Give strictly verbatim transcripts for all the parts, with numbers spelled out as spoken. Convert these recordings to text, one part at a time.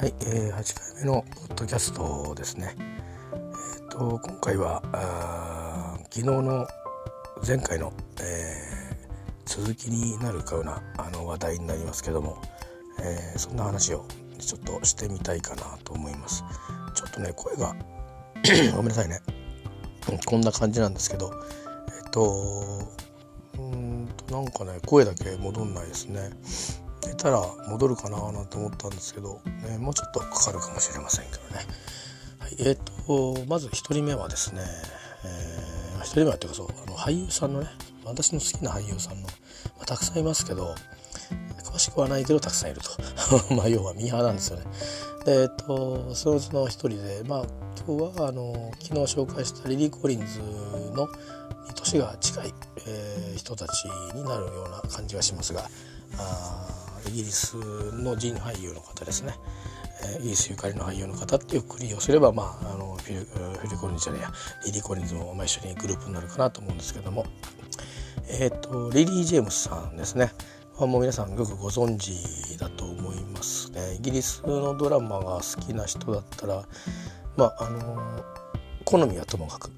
はい、えー、はちかいめのポッドキャストですね。えー、と今回はあ昨日の前回の、えー、続きになるかうなあの話題になりますけども、えー、そんな話をちょっとしてみたいかなと思います。ちょっとね声がごめんなさいね、こんな感じなんですけど、えっ、ー、とうーんとなんかね声だけ戻んないですね。寝たら戻るかななんて思ったんですけど、ね、もうちょっとかかるかもしれませんけどね。はい、えーとまずひとりめはですね、えー、ひとりめはっていうかそうあの俳優さんのね、私の好きな俳優さんの、まあ、たくさんいますけど詳しくはないけどたくさんいるとまあ要はミーハーなんですよね。で、えーとそのうちの一人で、まあ今日はあの昨日紹介したリリー・コリンズのに年が近い、えー、人たちになるような感じがしますが、あイギリスの人俳優の方ですね、えー、イギリスゆかりの俳優の方っていうくくりをすれば、まあ、あのフィル、フィルコリンズじゃねえやリリー・コリンズも、まあ、一緒にグループになるかなと思うんですけども、えー、とリリー・ジェームスさんですね、まあ、もう皆さんよくご存知だと思いますね。イギリスのドラマが好きな人だったら、まああの好みはともかく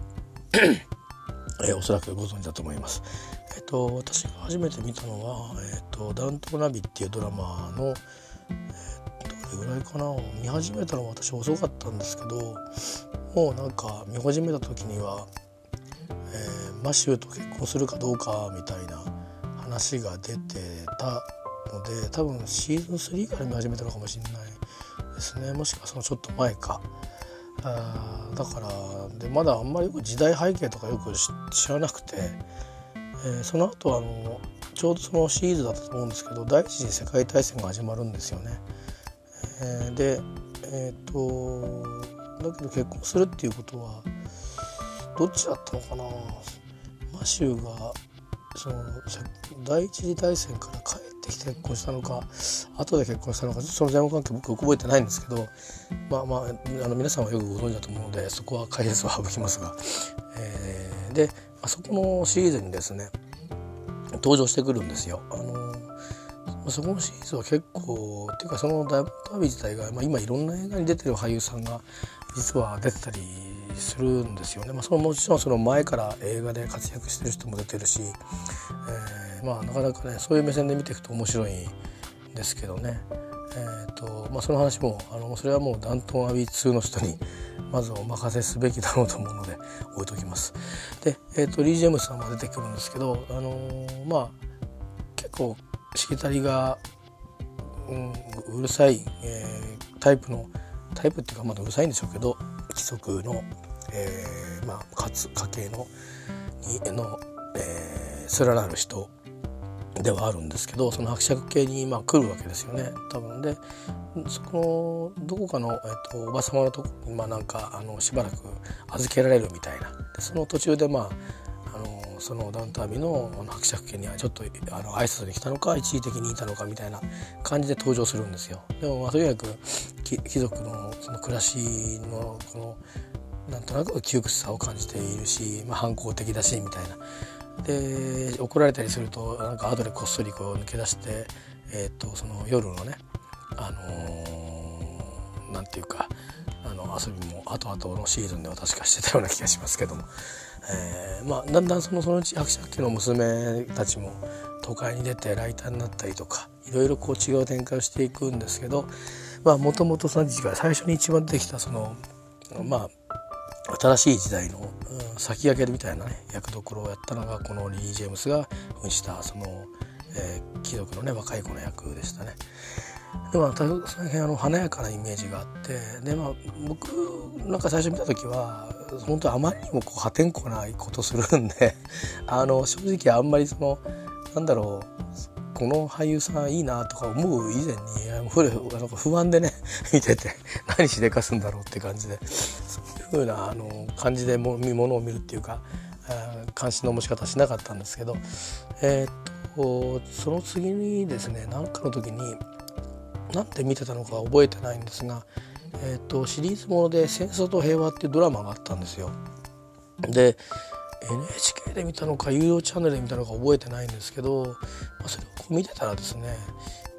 えー、おそらくご存知だと思います。えっと私が初めて見たのは、えっとダウントンナビっていうドラマの、えっとどれぐらいかな、見始めたのは私遅かったんですけど、もうなんか見始めた時には、えー、マシューと結婚するかどうかみたいな話が出てたので、多分シーズンスリーから見始めたのかもしれないですね。もしくはそのちょっと前か。あだからでまだあんまりよく時代背景とかよく知らなくて、えー、その後あのちょうどそのシリーズだったと思うんですけど、第一次世界大戦が始まるんですよね。えー、でえっ、ー、とだけど結婚するっていうことはどっちだったのかな。マシューがその第一次大戦から帰ってきて結婚したのか後で結婚したのか、その前後関係僕覚えてないんですけど、まあまああの皆さんはよくご存知だと思うのでそこは解説は省きますが、えー、であそこのシリーズにですね登場してくるんですよ。あのそこのシリーズは結構っていうかそのダイヤモンドダービー自体が、まあ、今いろんな映画に出てる俳優さんが実は出てたりするんですよね。まあ、そのもちろんその前から映画で活躍してる人も出てるし、えー、まあなかなかねそういう目線で見ていくと面白いんですけどね。えーとまあ、その話もあのそれはもうダウントンアビーツーの人にまずお任せすべきだろうと思うので置いときます。で、えーとリー・ジェームスさんも出てくるんですけど、あのー、まあ結構しきたりが、うん、うるさい、えー、タイプのタイプっていうかまだうるさいんでしょうけど貴族の、えー、まあかつ家系のにの、えー、連なる人ではあるんですけど、その伯爵系にまあ来るわけですよね多分で、そこのどこかの、えー、とおば様のところにまあなんかあのしばらく預けられるみたいな。でその途中でまああのそのダウンタービの伯爵家にはちょっとあの挨拶に来たのか一時的にいたのかみたいな感じで登場するんですよ。でもまあとにかく貴族のその暮らしのこのなんとなく窮屈さを感じているし、まあ、反抗的だしみたいな。で怒られたりするとなんか後でこっそりこう抜け出して、えー、とその夜のねあのー、なんていうかあの遊びも後々のシーズンでは確かしてたような気がしますけども、えー、まあだんだんそのそのうち伯爵家の娘たちも都会に出てライターになったりとかいろいろこう違う展開をしていくんですけど、まあもともとその時期が最初に一番出てきたそのまあ新しい時代の、うん、先駆けみたいなね役どころをやったのがこのリリー・ジェームスが扮したその、えー、貴族のね若い子の役でしたね。でもその辺あの華やかなイメージがあって、でまあ僕なんか最初見た時は本当あまりにもこう破天荒なことするんであの正直あんまりそのなんだろうこの俳優さんいいなとか思う以前に不安でね見てて何しでかすんだろうって感じで、そういう風なあの感じでものを見るっていうか関心の持ち方しなかったんですけど、えー、っとその次にですね何かの時になんで見てたのか覚えてないんですが、えー、っとシリーズもので戦争と平和っていうドラマがあったんですよ。でエヌエイチケー で見たのか有料チャンネルで見たのか覚えてないんですけど、まあ、それをこう見てたらですね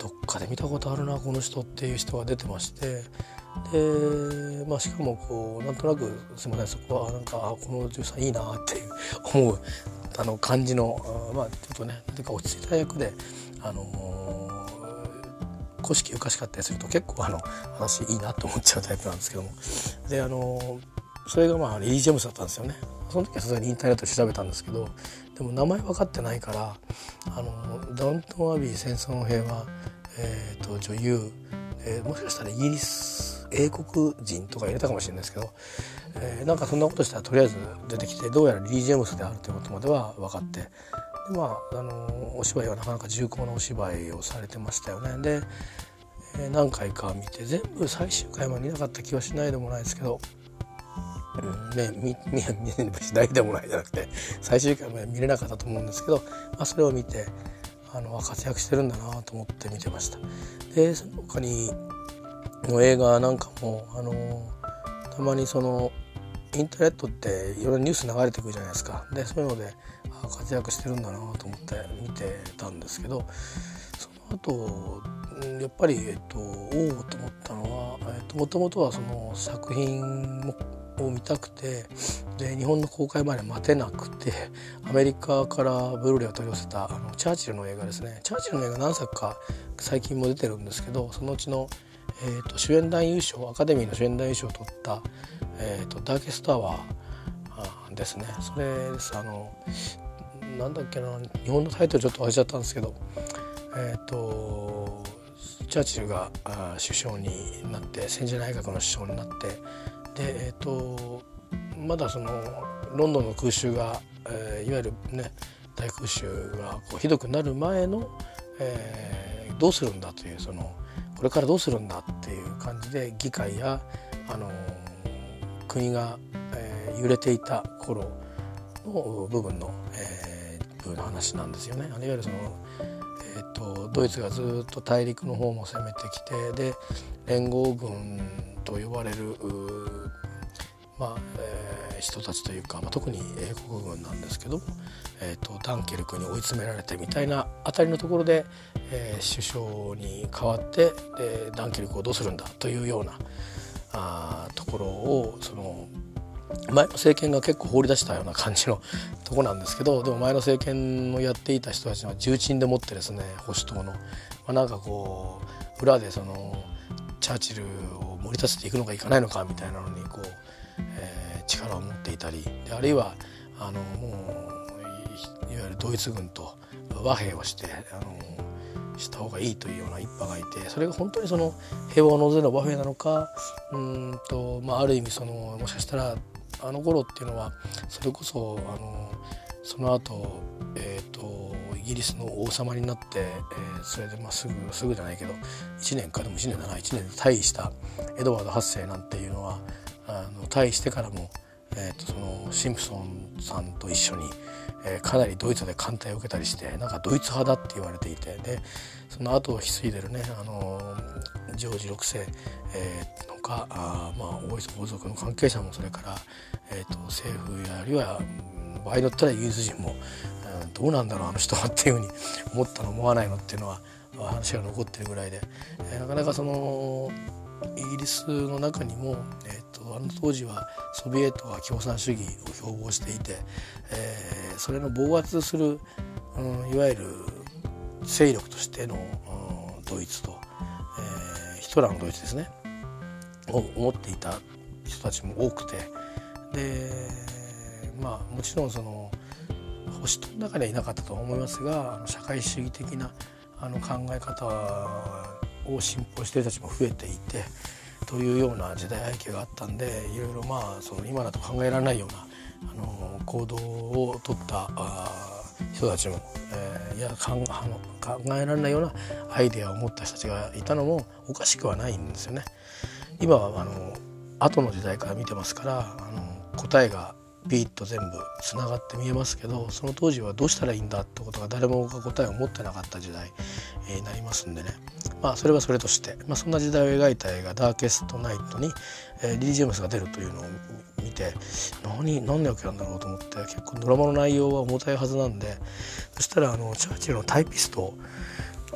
どっかで見たことあるなこの人っていう人が出てまして、で、まあ、しかもこうなんとなくすみませんそこはなんかこの女優さんいいなっていう思うあの感じのあまあちょっとねなんていうか落ち着いた役で、あのー、古式ゆかしかったりすると結構あの私いいなと思っちゃうタイプなんですけども、であのー、それがまあリリー・ジェームスだったんですよね。その時はさすがにインターネットで調べたんですけど、でも名前分かってないからあのダウントンアビー戦争の平和、えー、と女優、えー、もしかしたらイギリス英国人とか入れたかもしれないですけど、えー、なんかそんなことしたらとりあえず出てきて、どうやらリリー・ジェームスであるということまでは分かって、でまあ、あのお芝居はなかなか重厚なお芝居をされてましたよね。で、えー、何回か見て全部最終回まで見なかった気はしないでもないですけど、うんね、見見見しないでもないじゃなくて最終回まで見れなかったと思うんですけど、まあ、それを見てあの活躍してるんだなと思って見てました。でその他にの映画なんかもあのたまにそのインターネットっていろいろニュース流れてくるじゃないですか。でそういうのであ活躍してるんだなと思って見てたんですけど、その後やっぱり、えっと、おおと思ったのは、えっと、もともとはその作品もを見たくて、で日本の公開まで待てなくてアメリカからブルーレイを取り寄せたあのチャーチルの映画ですね。チャーチルの映画何作か最近も出てるんですけど、そのうちの、えー、と主演男優賞アカデミーの主演男優賞を取った、えー、とダーケストアワーですね。それですあのなんだっけな日本のタイトルちょっと忘れちゃったんですけど、えっ、ー、とチャーチルが首相になって戦時内閣の首相になってで、えー、とまだそのロンドンの空襲が、えー、いわゆるね大空襲がこうひどくなる前の、えー、どうするんだというそのこれからどうするんだっていう感じで議会や、あのー、国が、えー、揺れていた頃の部分の、えー、部分の話なんですよね。いわゆるその、えー、とドイツがずっと大陸の方も攻めてきて、で連合軍と呼ばれるまあえー、人たちというか、まあ、特に英国軍なんですけども、えー、とダンケルクに追い詰められてみたいなあたりのところで、えー、首相に代わってでダンケルクをどうするんだというようなあところをその前の政権が結構放り出したような感じのとこなんですけど、でも前の政権をやっていた人たちは重鎮でもってですね保守党の、まあ、なんかこう裏でそのチャーチルを盛り立てていくのかいかないのかみたいなのにこう、えー、力を持っていたりで、あるいはあのもういわゆるドイツ軍と和平をしてあのした方がいいというような一派がいて、それが本当にその平和を望んでの和平なのか、うんと、まあ、ある意味そのもしかしたらあの頃っていうのはそれこそあのその後、えーとイギリスの王様になって、えー、それでまあすぐすぐじゃないけどいちねんかでもいちねんだないちねんで退位したエドワードはっせいなんていうのはあの退位してからも、えー、とそのシンプソンさんと一緒に、えー、かなりドイツで艦隊を受けたりしてなんかドイツ派だって言われていて、でその後を引き継いでるねあのジョージろくせい、えー、のかあ、まあ、王族の関係者もそれから、えー、と政府やあるいは場合によったらイギリス人もどうなんだろうあの人はっていうふうに思ったの思わないのっていうのは話が残ってるぐらいで、えー、なかなかそのイギリスの中にも、えー、とあの当時はソビエトは共産主義を標榜していて、えー、それの暴発する、うん、いわゆる勢力としての、うん、ドイツと、えー、ヒトラーのドイツですねを思っていた人たちも多くて、でまあもちろんその保守党の中にはいなかったと思いますが、社会主義的なあの考え方を信奉している人たちも増えていてというような時代背景があったんで、いろいろまあその今だと考えられないようなあの行動を取った人たちも、えー、いやかんあの考えられないようなアイデアを持った人たちがいたのもおかしくはないんですよね。今はあの後の時代から見てますからあの答えがビーッと全部つながって見えますけど、その当時はどうしたらいいんだってことが誰もが答えを持ってなかった時代になりますんでね、まあそれはそれとして、まあ、そんな時代を描いた映画「ダーケストナイトに」えー、リリー・ジェームスが出るというのを見て何何の役なんだろうと思って、結構ドラマの内容は重たいはずなんで、そしたらあのチャーチルのタイピスト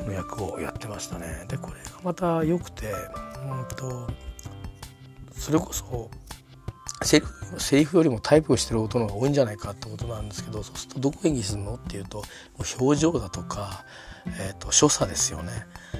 の役をやってましたね。でこれがまた良くて、うんとそれこそセリフ、セリフよりもタイプをしてる音の方が多いんじゃないかってことなんですけど、そうするとどこ演技するのっていうと、もう表情だとか、えー、と所作ですよね、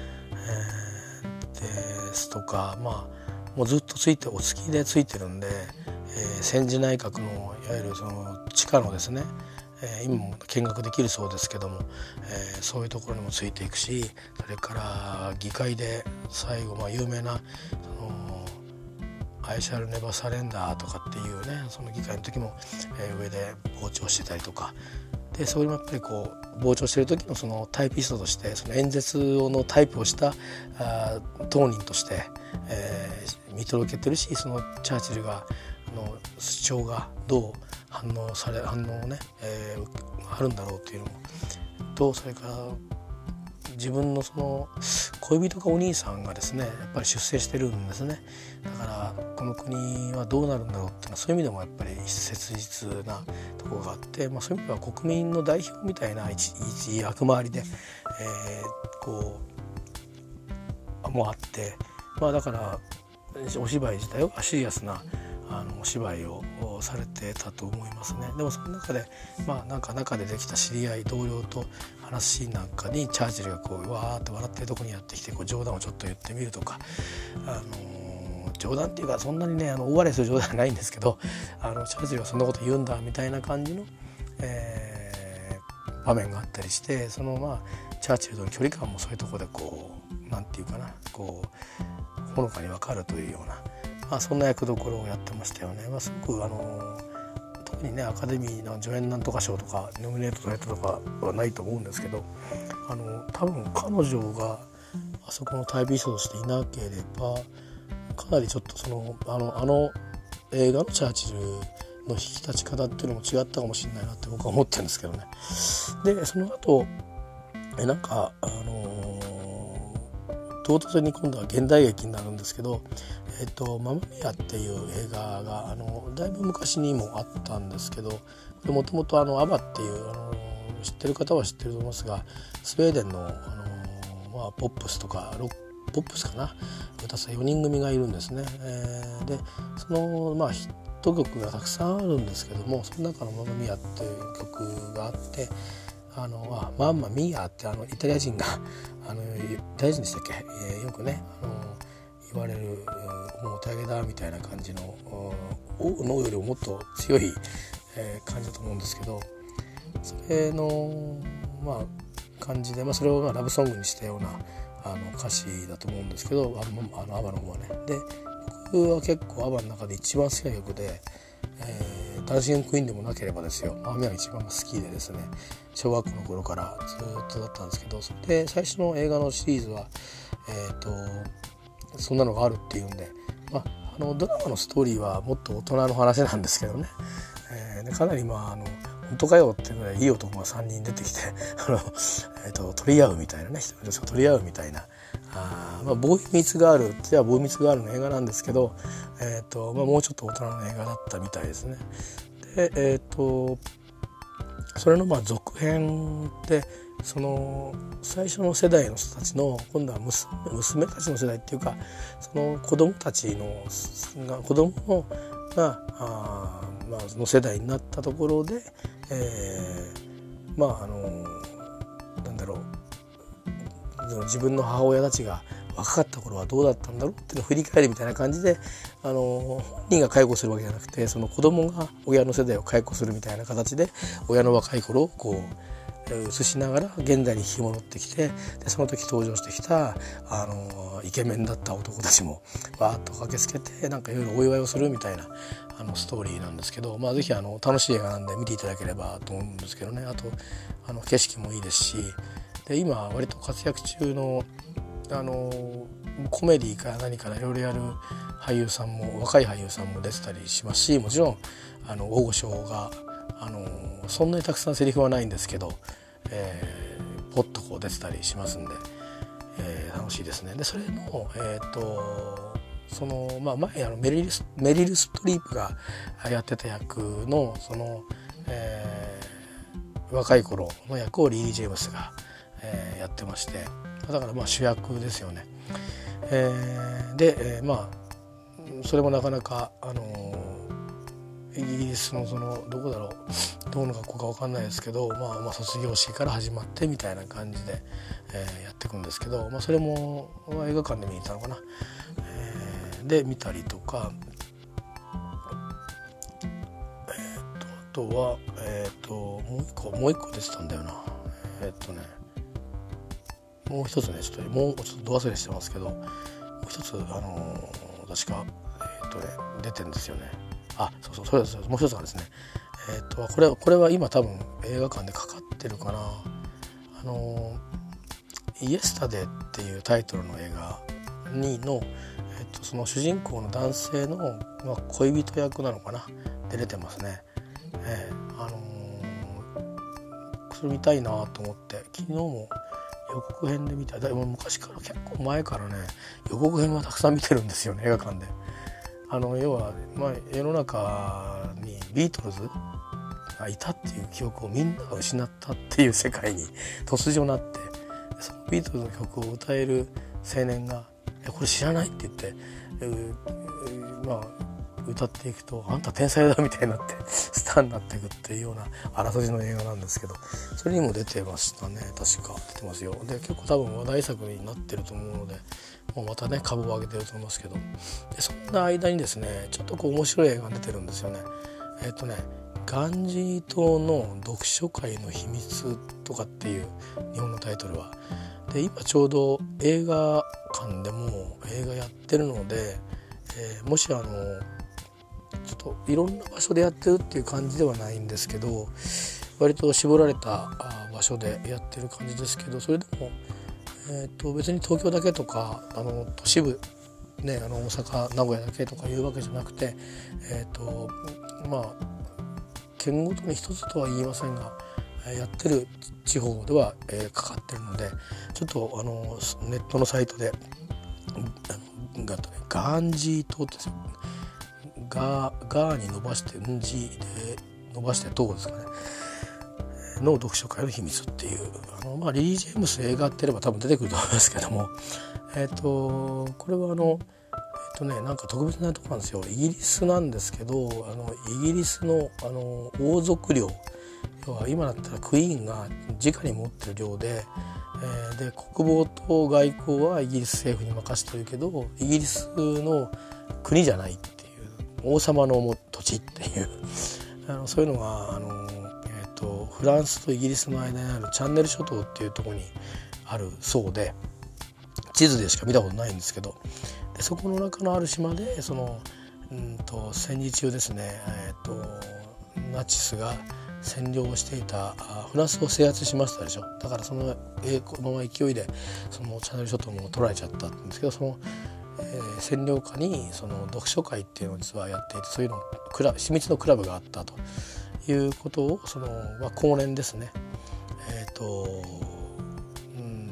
えー、ですとか、まあもうずっとついてお付きでついてるんで、えー、戦時内閣のいわゆるその地下のですね、えー、今も見学できるそうですけども、えー、そういうところにもついていくし、それから議会で最後、まあ、有名なそのアイシャルネバサレンダーとかっていうね、その議会の時も、えー、上で傍聴してたりとかで、それもやっぱりこう傍聴してる時のそのタイピストとして、その演説のタイプをしたあ当人として、えー、見届けてるし、そのチャーチルがあの主張がどう反応され反応をね、えー、あるんだろうというのもと、それから自分のその恋人かお兄さんがですね、やっぱり出征してるんですね。だからこの国はどうなるんだろうっていうのは、そういう意味でもやっぱり切実なところがあって、まあ、そういう意味では国民の代表みたいな一一役回りで、えー、こうもあって、まあだからお芝居自体はシリアスなあのお芝居をされてたと思いますね。でもその中で、まあなんか中でできた知り合い同僚と話すシーンなんかに、チャーチルがこうわーって笑ってるとこにやってきて、こう冗談をちょっと言ってみるとか、あのー、冗談っていうかそんなにね、あの大笑いする冗談はないんですけど、あのチャーチルはそんなこと言うんだみたいな感じの、えー、場面があったりして、そのまあチャーチルとの距離感もそういうところでこうなんていうかな、こうほのかに分かるというような、まあ、そんな役どころをやってましたよね。まあ、すごくあの特にねアカデミーの助演なんとか賞とかノミネートされたとかはないと思うんですけど、あの多分彼女があそこのタイピストとしていなければ、かなりちょっとそのあのあの映画のチャーチルの引き立ち方っていうのも違ったかもしれないなって僕は思ってるんですけどね。でその後えなんかあの唐突に今度は現代劇になるんですけど、えっと、ママミアっていう映画があのだいぶ昔にもあったんですけど、もともとアバっていうあの知ってる方は知ってると思いますが、スウェーデンの、あの、まあ、ポップスとかロックポップスかな歌ったよにん組がいるんですね。えー、でその、まあ、ヒット曲がたくさんあるんですけども、その中のママミアっていう曲があって、あのあマンマミアってあのイタリア人があのイタリア人でしたっけ、えー、よくねあの言われるもうお手上げだみたいな感じの脳よりももっと強い、えー、感じだと思うんですけど、それのまあ感じで、まあ、それをまあラブソングにしたようなあの歌詞だと思うんですけど、あのアバの方はね。で僕は結構アバの中で一番好きな曲で、えー、ダンシングクイーンでもなければですよ、マミアが一番好きでですね、小学校の頃からずっとだったんですけど、それで最初の映画のシリーズはえっとそんなのがあるっていうんで、まあ、あのドラマのストーリーはもっと大人の話なんですけどね、えー、でかなりまああの本当かよっていうぐらいいい男がさんにん出てきてあの、えー、と取り合うみたいなね、一人女性が取り合うみたいな、あ、まあ、ボーイミーツガールってはボーイミーツガールの映画なんですけど、えーとまあ、もうちょっと大人の映画だったみたいですね。でえっ、ー、とそれのまあ続編で、その最初の世代の人たちの今度は 娘, 娘たちの世代っていうか、その子供たちの子供のがあ、まあ、の世代になったところで、えー、まああのなんだろう、自分の母親たちが若かった頃はどうだったんだろうっていうのを振り返るみたいな感じで、あの本人が介護するわけじゃなくて、その子供が親の世代を介護するみたいな形で親の若い頃をこう映しながら現代に引き戻ってきて、でその時登場してきたあのイケメンだった男たちもわーっと駆けつけて、なんかいろいろお祝いをするみたいなあのストーリーなんですけど、まあ、ぜひあの楽しい映画なんで見ていただければと思うんですけどね。あとあの景色もいいですし、で今割と活躍中のあのコメディから何からいろいろやる俳優さんも、若い俳優さんも出てたりしますし、もちろんあの大御所があのそんなにたくさんセリフはないんですけど、えー、ポッとこう出てたりしますんで、えー、楽しいですね。でそれのえっ、ー、とその、まあ、前あのメリルスメリルストリープがやってた役のその、えー、若い頃の役をリリー・ジェームスが、えー、やってまして、 だからまあ主役ですよね。えー、で、えー、まあそれもなかなかあのー、イギリスのそのどこだろうどこの学校か分かんないですけど、まあ、まあ卒業式から始まってみたいな感じで、えー、やっていくんですけど、まあ、それも映画館で見に行ったのかな、えー、で見たりとか、えー、とあとは、えー、ともう一個もう一個出てたんだよな。えっ、ー、とねもう一つねちょっともうちょっとど忘れしてますけど、もう一つあのー、確かえっ、ー、とね出てるんですよね。あ、そうそう、それです。もう一つがですね、えっ、ー、とこれこれは今多分映画館でかかってるかな。あのイエスタデーっていうタイトルの映画にの、えー、とその主人公の男性の、まあ、恋人役なのかなで出てますね。えー、あのー、それ見たいなと思って昨日も予告編で見た。だいぶ昔から結構前からね予告編はたくさん見てるんですよね映画館で。あの要は、まあ、世の中にビートルズがいたっていう記憶をみんなが失ったっていう世界に突如なって、そのビートルズの曲を歌える青年が「これ知らない?」って言って、えー、まあ歌っていくと「あんた天才だ」みたいになってスターになっていくっていうようなあらすじの映画なんですけど、それにも出てましたね。確か出てますよ。で結構多分話題作になってると思うので、もうまたね株を上げてると思いますけど、でそんな間にですねちょっとこう面白い映画が出てるんですよね。えっ、ー、とねガンジー島の読書会の秘密とかっていう日本のタイトルは。で今ちょうど映画館でも映画やってるので、えー、もしあのちょっといろんな場所でやってるっていう感じではないんですけど、割と絞られた場所でやってる感じですけど、それでも、えー、と別に東京だけとかあの都市部、ね、あの大阪名古屋だけとかいうわけじゃなくて、えーとまあ、県ごとに一つとは言いませんがやってる地方では、えー、かかってるので、ちょっとあのネットのサイトでガーンジー島ってガーガーに伸ばしてんじで伸ばして島ですかねの読書会の秘密っていうあの、まあ、リリー・ジェームス映画ってれば多分出てくると思いますけども、えっ、ー、とこれはあのえっ、ー、とねなんか特別なところなんですよ。イギリスなんですけど、あのイギリスのあの王族領、要は今だったらクイーンが直に持ってる領で、えー、で国防と外交はイギリス政府に任せてるけどイギリスの国じゃないっていう王様の土地っていうあのそういうのがあの、えー、とフランスとイギリスの間にあるチャンネル諸島っていうところにあるそうで、地図でしか見たことないんですけど、でそこの中のある島でそのうんと戦時中ですね、えー、とナチスが占領していたフランスを制圧しましたでしょ。だからその栄光の勢いでそのチャンネル諸島も取られちゃったんですけど、その、えー、占領下にその読書会っていうのを実はやっていて、そういうのクラ秘密のクラブがあったということをその、まあ、後年ですね、えーとうん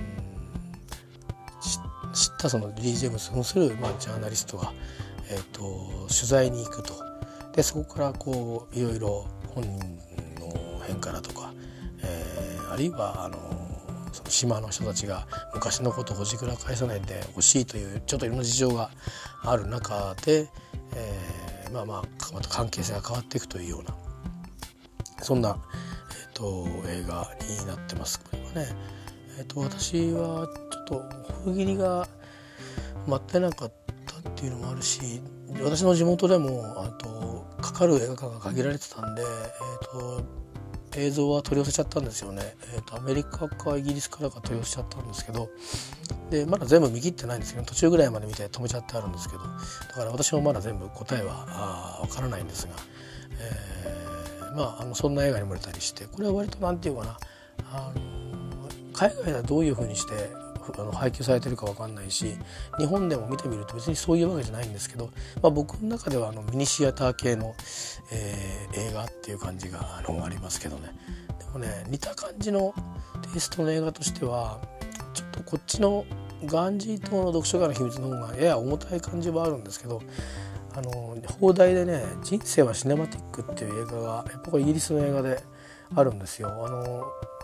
知ったそのリリー・ジェームス扮する、まあ、ジャーナリストが、えーと取材に行くと。でそこからこういろいろ本人の変からとか、えー、あるいはあのその島の人たちが昔のことをほじくら返さないでほしいというちょっといろんな事情がある中で、えー、まあまあまた関係性が変わっていくというようなそんな、えー、と映画になってます。これはね、えー、と私はちょっと封切りが待ってなかったっていうのもあるし、私の地元でもあとかかる映画館が限られてたんで、えー、と映像は取り寄せちゃったんですよね。えー、とアメリカかイギリスからか取り寄せちゃったんですけど、でまだ全部見切ってないんですけど、途中ぐらいまで見て止めちゃってあるんですけど、だから私もまだ全部答えはわからないんですが、えー、まあ、あのそんな映画にも出たりして、これは割となんていうかな、あの海外ではどういう風にしてあの配給されてるか分かんないし、日本でも見てみると別にそういうわけじゃないんですけど、まあ、僕の中ではあのミニシアター系の、えー、映画っていう感じがあのありますけどね。でもね似た感じのテイストの映画としてはちょっとこっちのガンジー島の読書会の秘密の方がやや重たい感じはあるんですけど、あの放題でね人生はシネマティックっていう映画がやっぱりイギリスの映画であるんですよ。あの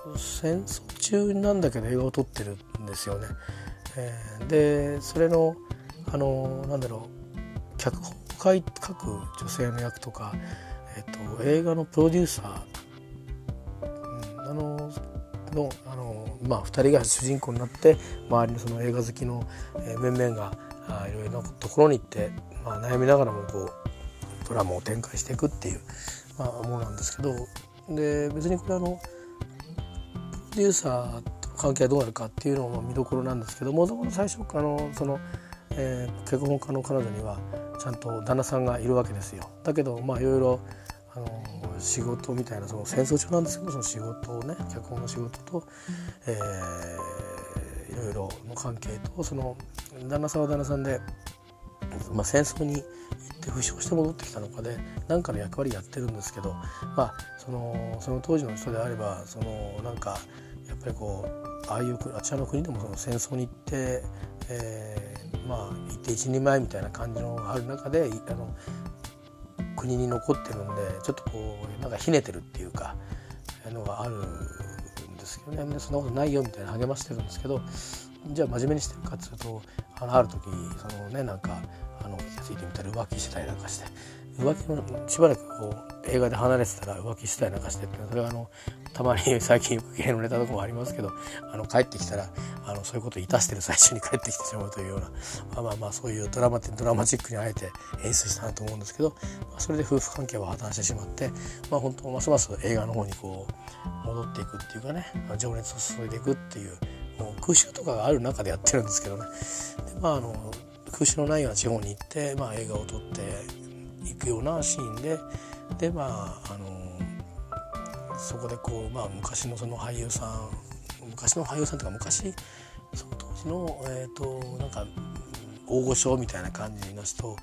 戦争中なんだけど映画を撮ってるんですよね。えー、でそれのあのなんだろう脚本を書い書く女性の役とか、えー、と映画のプロデューサー、うん、あののあの、まあ、ふたりが主人公になって周りのその映画好きの、えー、面々があいろいろなところに行って、まあ、悩みながらもこうドラマを展開していくっていう、まあ、ものなんですけど、で別にこれあのプロデューサーとの関係はどうなるかっていうのも見どころなんですけど、もともと最初あのその、えー、脚本家の彼女にはちゃんと旦那さんがいるわけですよ。だけどまあいろいろあの仕事みたいなその戦争中なんですけどその仕事をね脚本の仕事と、えー、いろいろの関係とその旦那さんは旦那さんで、まあ、戦争に行って負傷して戻ってきたのかで何かの役割やってるんですけど、まあそのその当時の人であればそのなんかやっぱりこうああいうあちらの国でもその戦争に行って、えー、まあ行って一人前みたいな感じのがある中であの国に残ってるんでちょっとこうなんかひねてるっていうかのがあるんですけどね。そんなことないよみたいな励ましてるんですけど、じゃあ真面目にしてるかっていうとあのある時そのねなんかあの気が付いてみたら浮気してたりなんかして浮気のしばらくこう映画で離れてたら浮気してたりなんかしてってそれはあのたまに最近浮気のネタとかもありますけどあの帰ってきたらあのそういうことをいたしてる最中に帰ってきてしまうというようなまあまあまあそういうドラマドラマチックにあえて演出したなと思うんですけど、まあ、それで夫婦関係は破綻してしまってまあ本当ますます映画の方にこう戻っていくっていうかね情熱を注いでいくっていうもう空襲とかがある中でやってるんですけどね。でまああの空襲のないような地方に行って、まあ、映画を撮っていくようなシーンででまああのそこでこう、まあ、昔のその俳優さん昔の俳優さんというか昔その当時の、えー、となんか大御所みたいな感じの人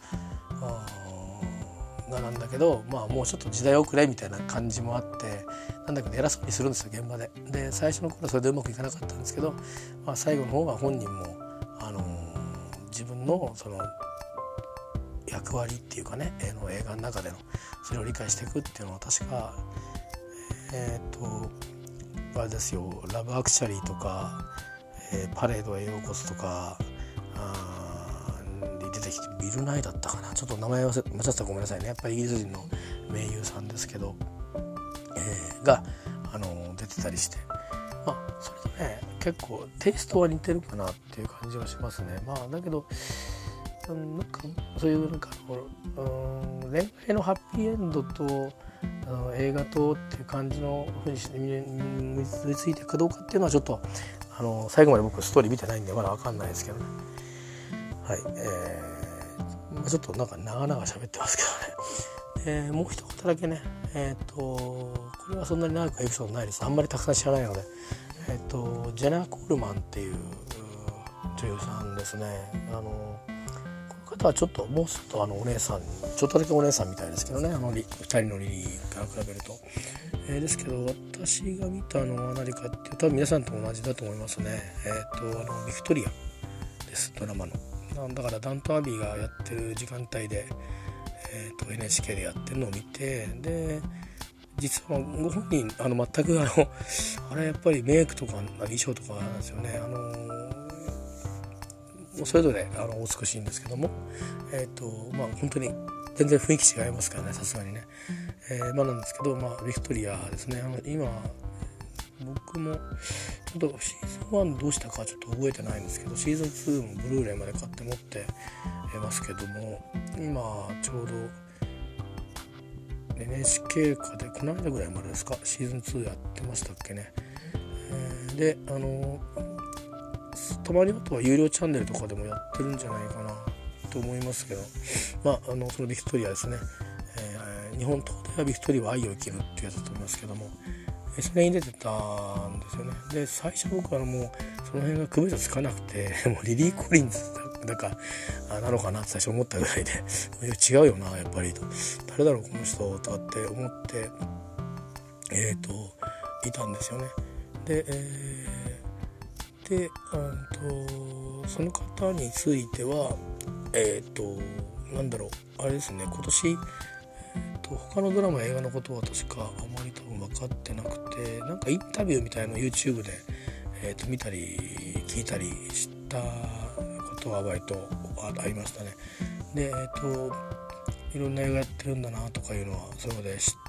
がなんだけど、まあ、もうちょっと時代遅れみたいな感じもあってなんだけど偉そうにするんですよ現場で。で最初の頃はそれでうまくいかなかったんですけど、まあ、最後の方は本人もあの自分のその役割っていうかね映画の中でのそれを理解していくっていうのは確かえっとあれですよラブアクチャリーとか、えー、パレードへようこそとかあ出てきてビル・ナイだったかなちょっと名前忘れ間違ったらごめんなさいねやっぱりイギリス人の名優さんですけど、えー、があの出てたりしてまあそれとね結構テイストは似てるかなっていう感じがしますね。まあだけどなんかそういうなんかうん恋愛のハッピーエンドとあの映画とっていう感じのふうにして結びついていくかどうかっていうのはちょっとあの最後まで僕ストーリー見てないんでまだ分かんないですけどね。はい、えー、ちょっとなんか長々喋ってますけどね。えー、もう一言だけねえっ、ー、とこれはそんなに長くエピソードないです。あんまりたくさん知らないのでえっ、ー、とジェナ・コールマンっていう女優さんですね。あのこの方はちょっともうちょっとあのお姉さんちょっとだけお姉さんみたいですけどねあのふたりのリリーから比べると、えー、ですけど私が見たのは何かっていうと多分皆さんと同じだと思いますね。えっ、ー、とあのビクトリアですドラマのだからダウントンアビーがやってる時間帯で、えー、と エヌエイチケー でやってるのを見てで実はご本人あの全くあのあれやっぱりメイクとか衣装とかなんですよね。あのそれぞれあのお美しいんですけども、えーとまあ、本当に全然雰囲気違いますからねさすがにね、えーまあ、なんですけど、まあ、ビクトリアですね。あの今僕もちょっとシーズンワンどうしたかちょっと覚えてないんですけどシーズンツーもブルーレイまで買って持ってますけども今ちょうど エヌエイチケー かでこの間ぐらいまでですかシーズンツーやってましたっけね、えー、であのたまにあとは有料チャンネルとかでもやってるんじゃないかなと思いますけどまああのそのビクトリアですね、えー、日本東ではビクトリアは愛を生きるっていうやつだと思いますけどもそれに出てたんですよね。で最初僕はもうその辺が区別つかなくてもうリリー・コリンズだかなのかなって最初思ったぐらいで違うよなやっぱりと誰だろうこの人とかって思ってえっ、ー、といたんですよね。で、えー、でうんとその方についてはえっ、ー、となんだろうあれですね今年、えー、とと他のドラマ映画のことは確かあまり多分分かってなくて、なんかインタビューみたいなのを YouTube で、えー、と見たり聞いたりしたことは割とありましたね。で、えー、といろんな映画やってるんだなとかいうのはそこで知って、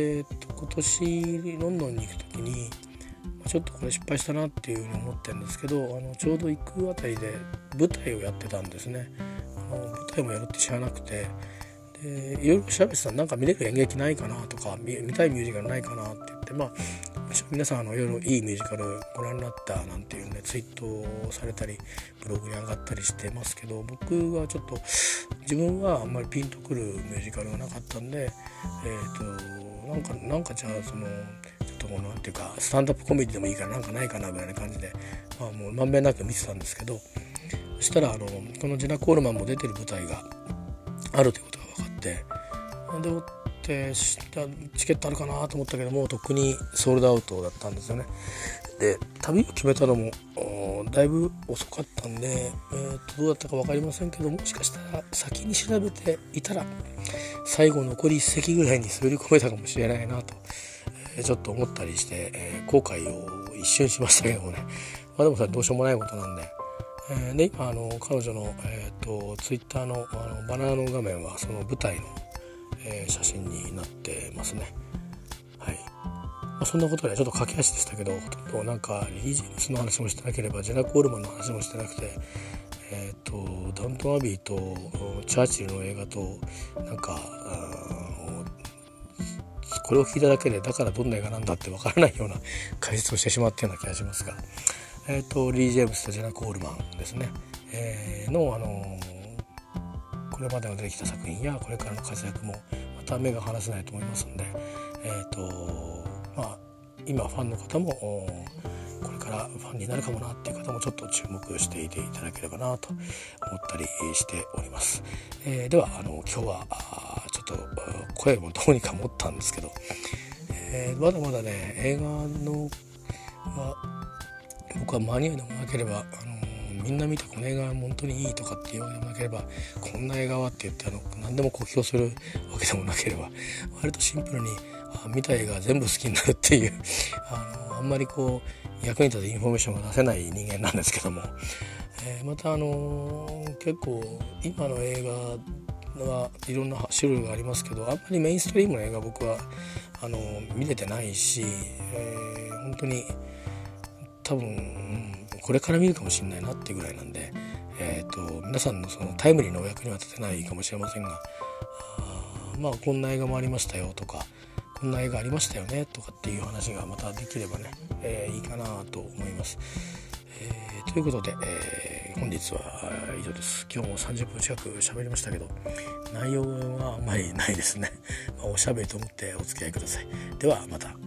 で、えー、と今年ロンドンに行く時にちょっとこれ失敗したなっていうふうに思ってるんですけど、あのちょうど行くあたりで舞台をやってたんですね。あの舞台もやるって知らなくて、でいろいろ調べてたらなんか見れる演劇ないかなとか 見, 見たいミュージカルないかなって言って、まあ皆さんあのいろいろいいミュージカルご覧になったなんていうねツイートされたりブログに上がったりしてますけど、僕はちょっと自分はあんまりピンとくるミュージカルがなかったんで、えーとなんかなんかじゃあそのちょっとこのなんていうかスタンダップコメディでもいいからなんかないかなぐらいな感じで、まあ、もうまんべんなく見てたんですけど、そしたらあのこのジェナ・コールマンも出てる舞台があるということが分かって、でもってチケットあるかなと思ったけどもとっくにソールドアウトだったんですよね。で旅を決めたのもだいぶ遅かったんで、えー、とどうだったか分かりませんけど、もしかしたら先に調べていたら最後残り一席ぐらいに滑り込めたかもしれないなと、えー、ちょっと思ったりして、えー、後悔を一瞬しましたけどもね、まあ、でもそれどうしようもないことなんで、えー、で今あの彼女の、えー、とツイッター の, あのバナーの画面はその舞台の、えー、写真になってますね。はい、まあ、そんなことでちょっと駆け足でしたけど、ほとんどなんかリー・ジェームスの話もしてなければジェナ・コールマンの話もしてなくて、えー、とダウントンアビーとチャーチルの映画となんかこれを聞いただけでだからどんな映画なんだってわからないような解説をしてしまったような気がしますが、えー、とリー・ジェームスとジェナ・コールマンですね、えー、の、あのー、これまでの出てきた作品やこれからの活躍もまた目が離せないと思いますので、えーとまあ、今ファンの方もこれからファンになるかもなっていう方もちょっと注目していていただければなと思ったりしております。えー、ではあの今日はちょっと声もどうにか持ったんですけど、えー、まだまだね映画のは僕はマニアでもなければ、あのみんな見たこの映画は本当にいいとかっていうわけでもなければ、こんな映画はって言ってあの何でもこう評するわけでもなければ、割とシンプルにあ見た映画は全部好きになるっていうあのあんまりこう役に立つインフォメーションが出せない人間なんですけども、えー、またあの結構今の映画はいろんな種類がありますけど、あんまりメインストリームの映画僕はあの見れてないし、えー、本当に多分、うん、これから見るかもしれないなっていうぐらいなんで、えー、と皆さんのそのタイムリーなお役には立てないかもしれませんが、あまあこんな映画もありましたよとかこんな映画ありましたよねとかっていう話がまたできればね、えー、いいかなと思います。えー、ということで、えー、本日は以上です。今日もさんじゅっぷん近く喋りましたけど内容はあんまりないですね。まあ、おしゃべりと思ってお付き合いください。ではまた。